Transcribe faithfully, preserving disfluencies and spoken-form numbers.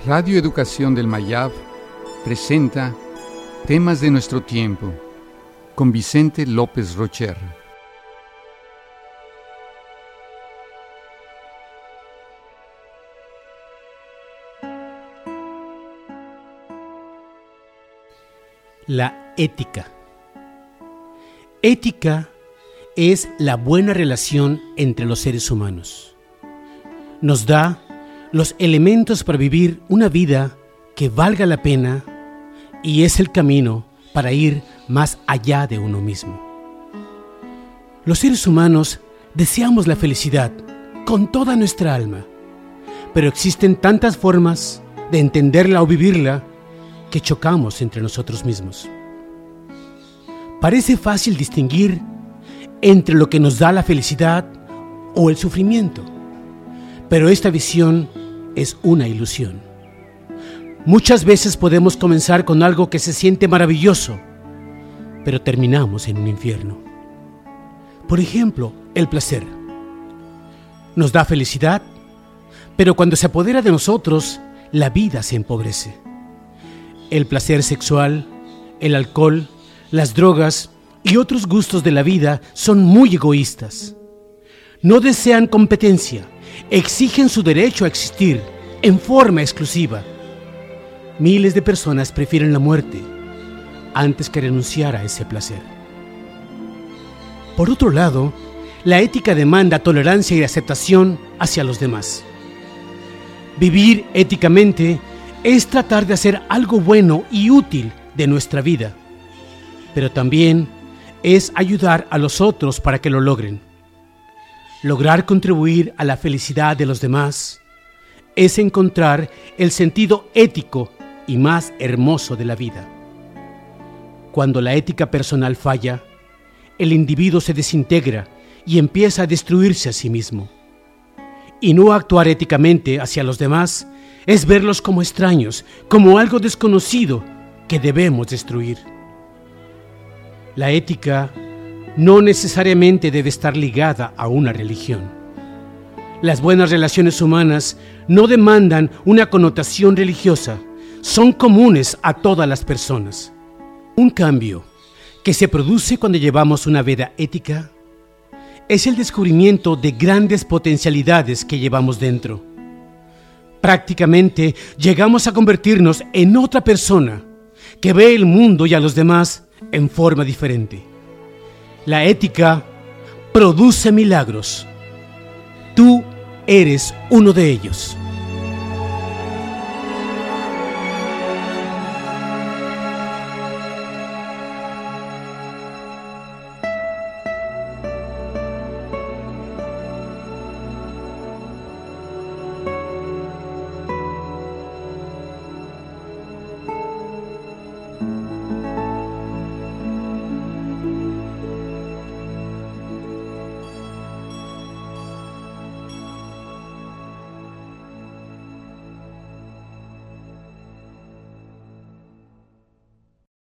Radio Educación del Mayab presenta Temas de nuestro tiempo con Vicente López Rocher. La ética. Ética es la buena relación entre los seres humanos. Nos da los elementos para vivir una vida que valga la pena y es el camino para ir más allá de uno mismo. Los seres humanos deseamos la felicidad con toda nuestra alma, pero existen tantas formas de entenderla o vivirla que chocamos entre nosotros mismos. Parece fácil distinguir entre lo que nos da la felicidad o el sufrimiento, pero esta visión es una ilusión. Muchas veces podemos comenzar con algo que se siente maravilloso, pero terminamos en un infierno. Por ejemplo, el placer. Nos da felicidad, pero cuando se apodera de nosotros, la vida se empobrece. El placer sexual, el alcohol, las drogas y otros gustos de la vida son muy egoístas. No desean competencia, exigen su derecho a existir en forma exclusiva. Miles de personas prefieren la muerte antes que renunciar a ese placer. Por otro lado, la ética demanda tolerancia y aceptación hacia los demás. Vivir éticamente es tratar de hacer algo bueno y útil de nuestra vida, pero también es ayudar a los otros para que lo logren. Lograr contribuir a la felicidad de los demás es encontrar el sentido ético y más hermoso de la vida. Cuando la ética personal falla, el individuo se desintegra y empieza a destruirse a sí mismo. Y no actuar éticamente hacia los demás es verlos como extraños, como algo desconocido que debemos destruir. La ética no necesariamente debe estar ligada a una religión. Las buenas relaciones humanas no demandan una connotación religiosa, son comunes a todas las personas. Un cambio que se produce cuando llevamos una vida ética es el descubrimiento de grandes potencialidades que llevamos dentro. Prácticamente llegamos a convertirnos en otra persona que ve el mundo y a los demás en forma diferente. La ética produce milagros. Tú eres uno de ellos.